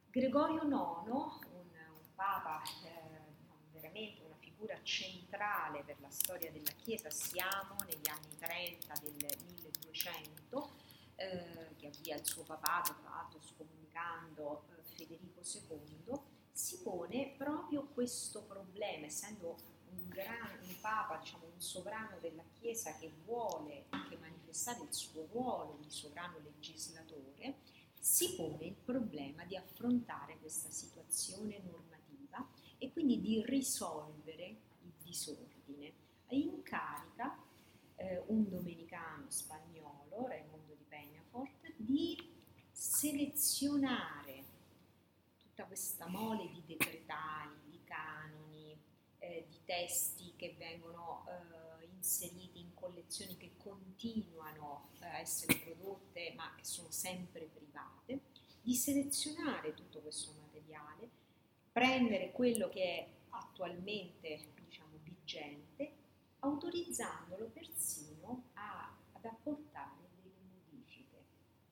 Gregorio IX, un papa veramente una figura centrale per la storia della Chiesa, siamo negli anni 30 del 1200, che avvia il suo papato, tra l'altro scomunicando Federico II, si pone proprio questo problema, essendo un papa, diciamo un sovrano della Chiesa che vuole anche manifestare il suo ruolo di sovrano legislatore, si pone il problema di affrontare questa situazione normativa e quindi di risolvere il disordine. Incarica un domenicano spagnolo, Raimondo di Peñafort, di selezionare tutta questa mole di decretali, di canoni, di testi che vengono inseriti in collezioni che continuano a essere prodotte ma che sono sempre private, di selezionare tutto questo materiale, prendere quello che è attualmente, diciamo, vigente, autorizzandolo persino ad apportare delle modifiche.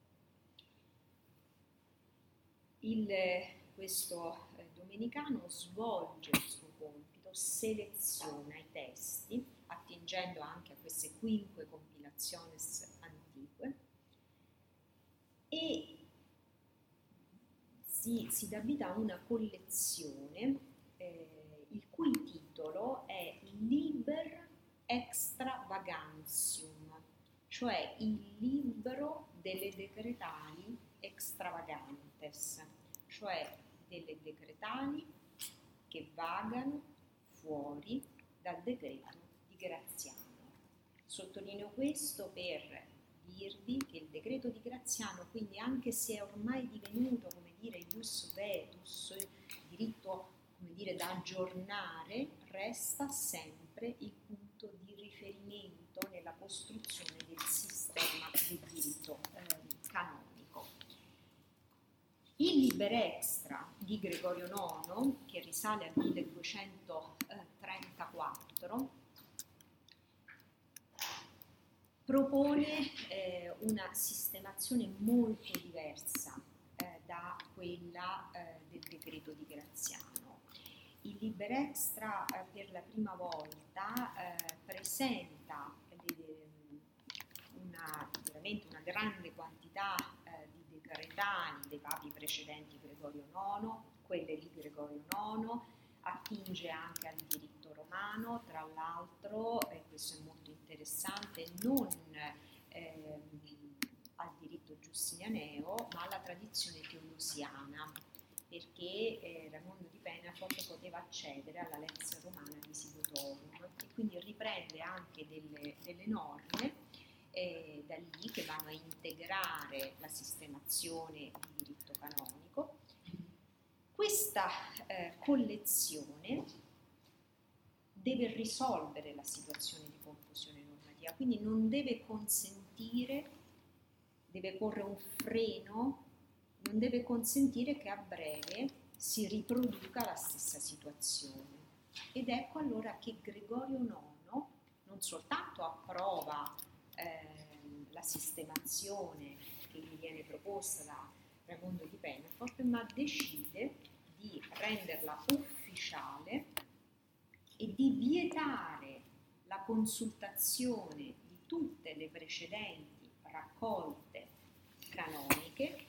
Questo domenicano svolge il suo compito, seleziona i testi, attingendo anche a queste quinque compilaciones antiche, e si dà vita a una collezione il cui titolo è Liber Extravagantium, cioè il libro delle decretali extravagantes, cioè delle decretali che vagano fuori dal decreto di Graziano. Sottolineo questo per dirvi che il decreto di Graziano, quindi anche se è ormai divenuto, come dire, ius vetus, diritto, come dire, da aggiornare, resta sempre il punto di riferimento nella costruzione del sistema del diritto canonico. Il Liber Extra di Gregorio IX, che risale al 1234, propone una sistemazione molto diversa da quella del decreto di Graziano. Il Liber Extra per la prima volta presenta veramente una grande quantità di decretali dei papi precedenti Gregorio IX, quelle di Gregorio IX, attinge anche al diritto romano, tra l'altro, e questo è molto interessante, non al diritto giustinianeo, ma alla tradizione teodosiana, perché Raimondo di Peñafort poteva accedere alla lex romana di Sibutorum e quindi riprende anche delle norme da lì che vanno a integrare la sistemazione di diritto canonico. Questa collezione deve risolvere la situazione di confusione normativa, quindi non deve consentire, deve porre un freno, non deve consentire che a breve si riproduca la stessa situazione. Ed ecco allora che Gregorio IX non soltanto approva la sistemazione che gli viene proposta da Raimondo di Peñafort, ma decide di renderla ufficiale e di vietare la consultazione di tutte le precedenti raccolte canoniche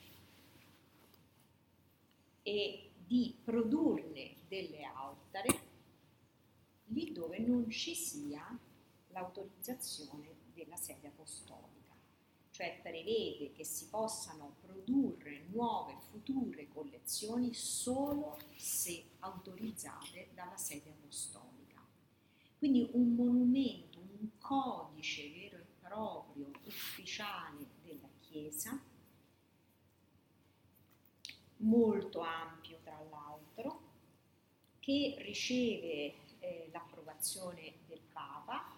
e di produrne delle altre lì dove non ci sia l'autorizzazione della sede apostolica, cioè prevede che si possano produrre nuove future collezioni solo se autorizzate dalla sede apostolica. Quindi un monumento, un codice vero e proprio ufficiale della Chiesa, molto ampio tra l'altro, che riceve l'approvazione del Papa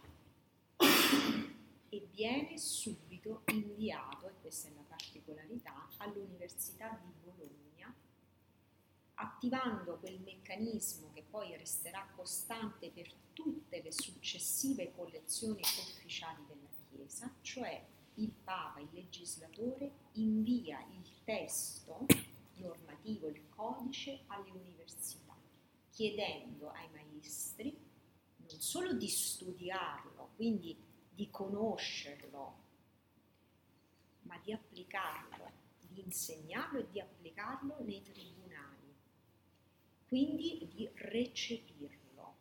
e viene subito inviato, e questa è la particolarità, all'Università di Bologna, attivando quel meccanismo che poi resterà costante per tutte le successive collezioni ufficiali della Chiesa, cioè il Papa, il legislatore, invia il testo normativo, il codice codice alle università, chiedendo ai maestri non solo di studiarlo, quindi di conoscerlo, ma di applicarlo, di insegnarlo e di applicarlo nei tribunali, quindi di recepirlo.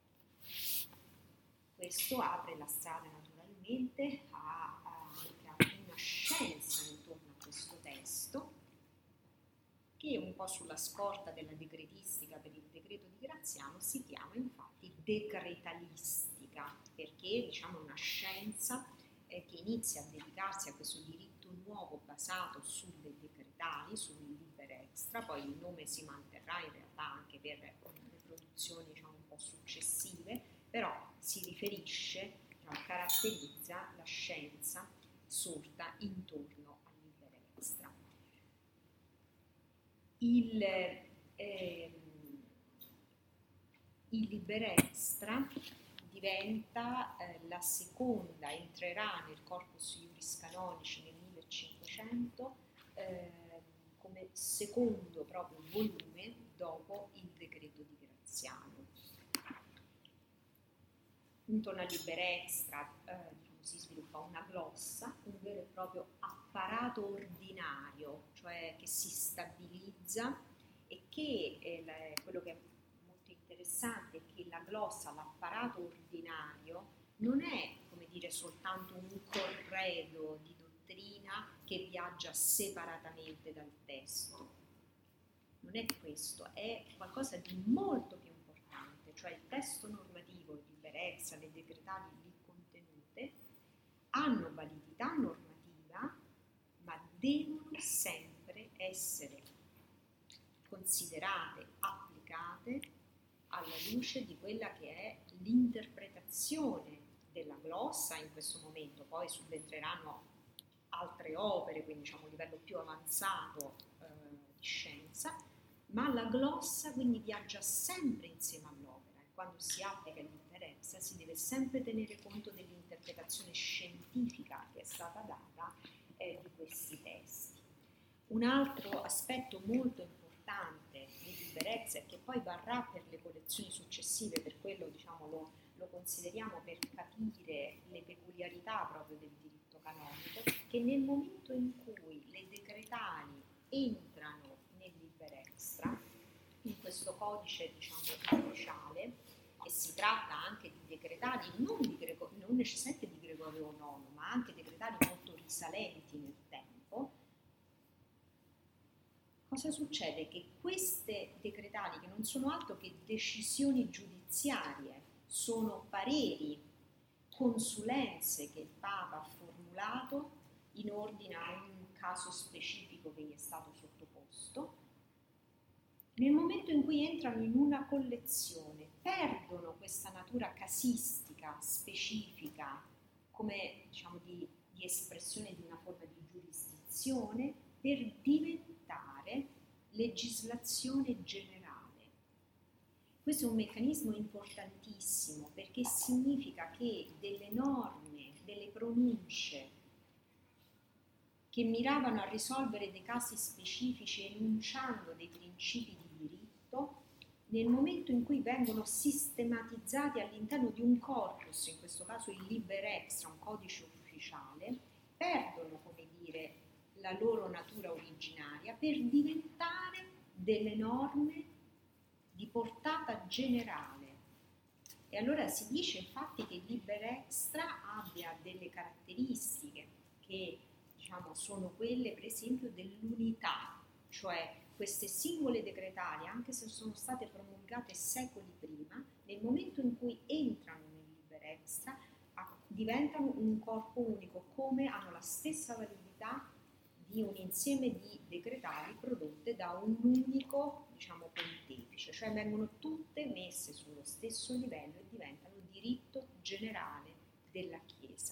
Questo apre la strada naturalmente anche a una scienza intorno a questo testo, che un po' sulla scorta della decretistica per il decreto di Graziano si chiama infatti decretalistica, perché diciamo una scienza che inizia a dedicarsi a questo diritto nuovo basato sulle decretali, sul liber extra. Poi il nome si manterrà in realtà anche per le produzioni diciamo un po' successive, però si riferisce, diciamo, caratterizza la scienza sorta intorno al liber extra. Il liber extra diventa la seconda, entrerà nel corpus iuris canonici nel 1500 come secondo proprio volume dopo il decreto di Graziano. Intorno al liber extra si sviluppa una glossa, un vero e proprio apparato ordinario, cioè che si stabilizza, e che quello che è molto interessante è che la glossa, l'apparato ordinario, non è, come dire, soltanto un corredo di dottrina che viaggia separatamente dal testo. Non è questo, è qualcosa di molto più importante, cioè il testo normativo, il liber extra, le decretali lì contenute, hanno validità normativa, ma devono sempre essere considerate, applicate alla luce di quella che è l'interpretazione della glossa in questo momento. Poi subentreranno altre opere, quindi diciamo a un livello più avanzato di scienza, ma la glossa quindi viaggia sempre insieme all'opera, e quando si applica il liber extra si deve sempre tenere conto dell'interpretazione scientifica che è stata data di questi testi. Un altro aspetto molto importante del liber extra, che poi varrà per le collezioni successive, per quello diciamo lo consideriamo per capire le peculiarità proprio del diritto canonico, che nel momento in cui le decretali entrano nel liber extra, in questo codice diciamo ufficiale, e si tratta anche di decretali non necessariamente di Gregorio IX, ma anche decretali molto risalenti nel tempo, cosa succede? Che queste decretali, che non sono altro che decisioni giudiziarie, sono pareri, consulenze che il Papa ha formulato in ordine a un caso specifico che gli è stato sottoposto, nel momento in cui entrano in una collezione, perdono questa natura casistica, specifica, come diciamo di espressione di una forma di giurisdizione, per diventare legislazione generale. Questo è un meccanismo importantissimo, perché significa che delle norme, delle pronunce che miravano a risolvere dei casi specifici enunciando dei principi di diritto, nel momento in cui vengono sistematizzati all'interno di un corpus, in questo caso il liber extra, un codice ufficiale, perdono, come dire, la loro natura originaria per diventare delle norme di portata generale. E allora si dice infatti che il liber extra abbia delle caratteristiche che diciamo sono quelle per esempio dell'unità, cioè queste singole decretali, anche se sono state promulgate secoli prima, nel momento in cui entrano nel liber extra diventano un corpo unico, come hanno la stessa validità di un insieme di decretali prodotte da un unico, diciamo, pontefice, cioè vengono tutte messe sullo stesso livello e diventano diritto generale della Chiesa.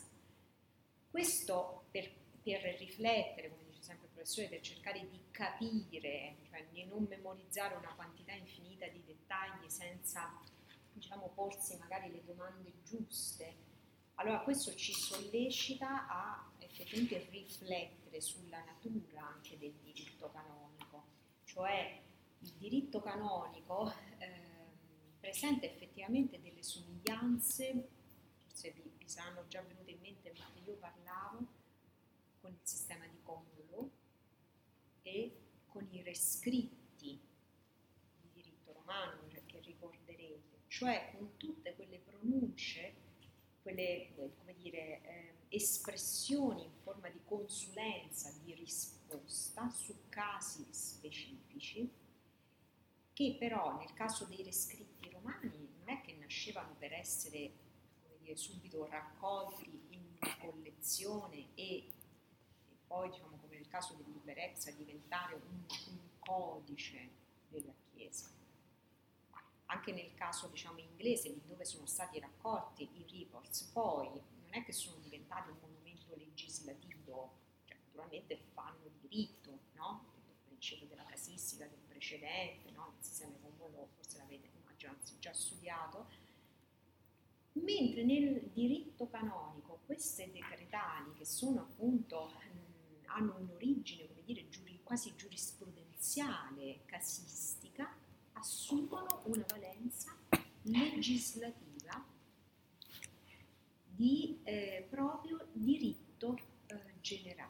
Questo per riflettere, come dice sempre il professore, per cercare di capire, cioè di non memorizzare una quantità infinita di dettagli senza, diciamo, porsi magari le domande giuste. Allora questo ci sollecita a effettivamente riflettere sulla natura anche del diritto canonico, cioè il diritto canonico presenta effettivamente delle somiglianze, forse vi saranno già venute in mente mentre io parlavo, con il sistema di common law e con i rescritti di diritto romano che ricorderete, cioè con tutte quelle pronunce, quelle come dire, espressioni in forma di consulenza, di risposta su casi specifici, che però nel caso dei rescritti romani non è che nascevano per essere, come dire, subito raccolti in collezione e poi, diciamo, come nel caso del Liber Ex, a diventare un codice della Chiesa. Anche nel caso, diciamo, inglese, lì dove sono stati raccolti i reports, poi non è che sono diventati un monumento legislativo, cioè naturalmente fanno diritto, no? Il principio della casistica del precedente, no? Il sistema common law, forse l'avete già studiato, mentre nel diritto canonico queste decretali, che sono appunto hanno un'origine, come dire, quasi giurisprudenziale, casistica, assumono una valenza legislativa di proprio diritto generale.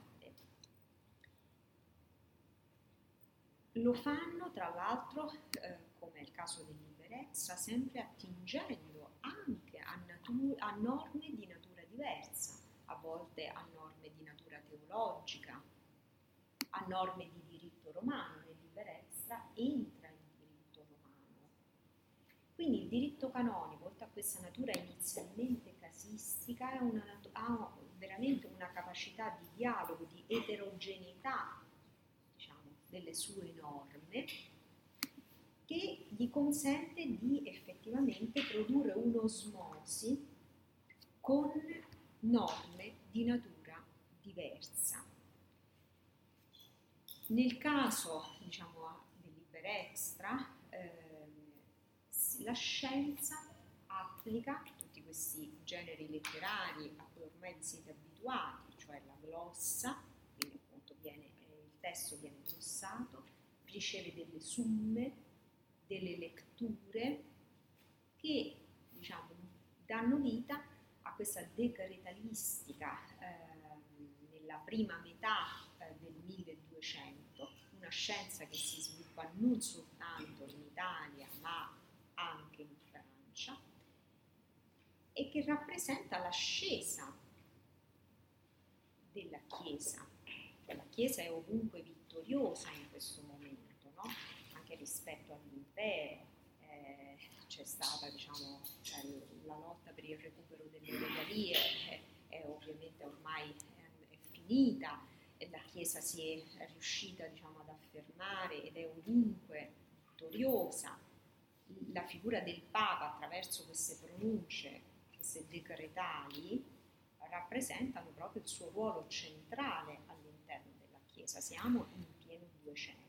Lo fanno tra l'altro, come è il caso del Liber Extra, sempre attingendo anche a norme di natura diversa, a volte a norme di natura teologica, a norme di diritto romano. Nel Liber Extra entra il diritto romano. Quindi il diritto canonico, oltre a questa natura inizialmente casistica, ha veramente una capacità di dialogo, di eterogeneità, diciamo, delle sue norme, che gli consente di effettivamente produrre un'osmosi con norme di natura diversa. Nel caso, diciamo, del Liber Extra, la scienza applica tutti questi generi letterari a cui ormai vi siete abituati, cioè la glossa, quindi appunto il testo viene glossato, riceve delle summe, delle letture che, diciamo, danno vita a questa decretalistica nella prima metà del 1200, una scienza che si sviluppa non soltanto in Italia ma anche in Francia e che rappresenta l'ascesa della Chiesa. La Chiesa è ovunque vittoriosa in questo momento, no? Anche rispetto all'impero. C'è stata, diciamo, la lotta per il recupero delle regalie, è ovviamente ormai è finita, e la Chiesa si è riuscita, diciamo, ad affermare ed è ovunque vittoriosa. La figura del Papa, attraverso queste pronunce, queste decretali, rappresentano proprio il suo ruolo centrale all'interno della Chiesa. Siamo in pieno 200.